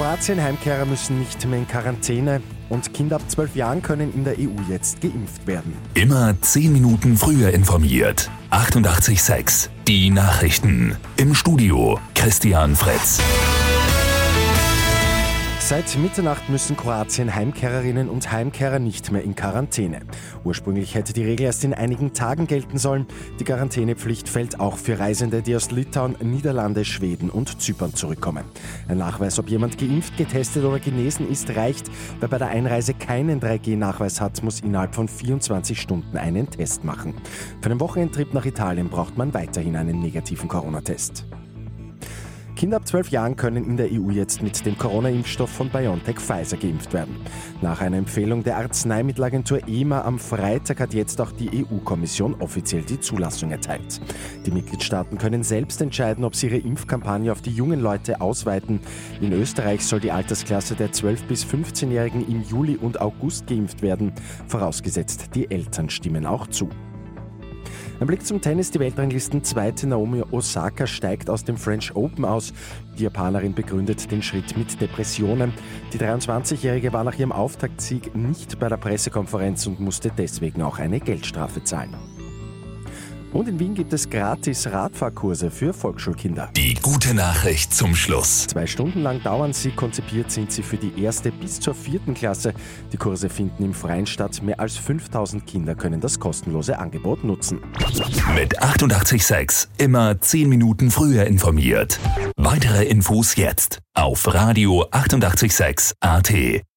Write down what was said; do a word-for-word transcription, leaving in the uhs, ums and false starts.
Kroatien-Heimkehrer müssen nicht mehr in Quarantäne und Kinder ab zwölf Jahren können in der E U jetzt geimpft werden. Immer zehn Minuten früher informiert. achtundachtzig Komma sechs. Die Nachrichten. Im Studio Christian Fritz. Seit Mitternacht müssen Kroatien-Heimkehrerinnen und Heimkehrer nicht mehr in Quarantäne. Ursprünglich hätte die Regel erst in einigen Tagen gelten sollen. Die Quarantänepflicht fällt auch für Reisende, die aus Litauen, Niederlande, Schweden und Zypern zurückkommen. Ein Nachweis, ob jemand geimpft, getestet oder genesen ist, reicht. Wer bei der Einreise keinen drei G Nachweis hat, muss innerhalb von vierundzwanzig Stunden einen Test machen. Für einen Wochenendtrip nach Italien braucht man weiterhin einen negativen Corona-Test. Kinder ab zwölf Jahren können in der E U jetzt mit dem Corona-Impfstoff von BioNTech Pfizer geimpft werden. Nach einer Empfehlung der Arzneimittelagentur E M A am Freitag hat jetzt auch die E U-Kommission offiziell die Zulassung erteilt. Die Mitgliedstaaten können selbst entscheiden, ob sie ihre Impfkampagne auf die jungen Leute ausweiten. In Österreich soll die Altersklasse der zwölf- bis fünfzehnjährigen im Juli und August geimpft werden, vorausgesetzt die Eltern stimmen auch zu. Ein Blick zum Tennis. Die Weltranglisten-Zweite Naomi Osaka steigt aus dem French Open aus. Die Japanerin begründet den Schritt mit Depressionen. Die dreiundzwanzigjährige war nach ihrem Auftaktsieg nicht bei der Pressekonferenz und musste deswegen auch eine Geldstrafe zahlen. Und in Wien gibt es gratis Radfahrkurse für Volksschulkinder. Die gute Nachricht zum Schluss. Zwei Stunden lang dauern sie, konzipiert sind sie für die erste bis zur vierten Klasse. Die Kurse finden im Freien statt. Mehr als fünftausend Kinder können das kostenlose Angebot nutzen. Mit achtundachtzig Komma sechs immer zehn Minuten früher informiert. Weitere Infos jetzt auf Radio achtundachtzig Komma sechs A T.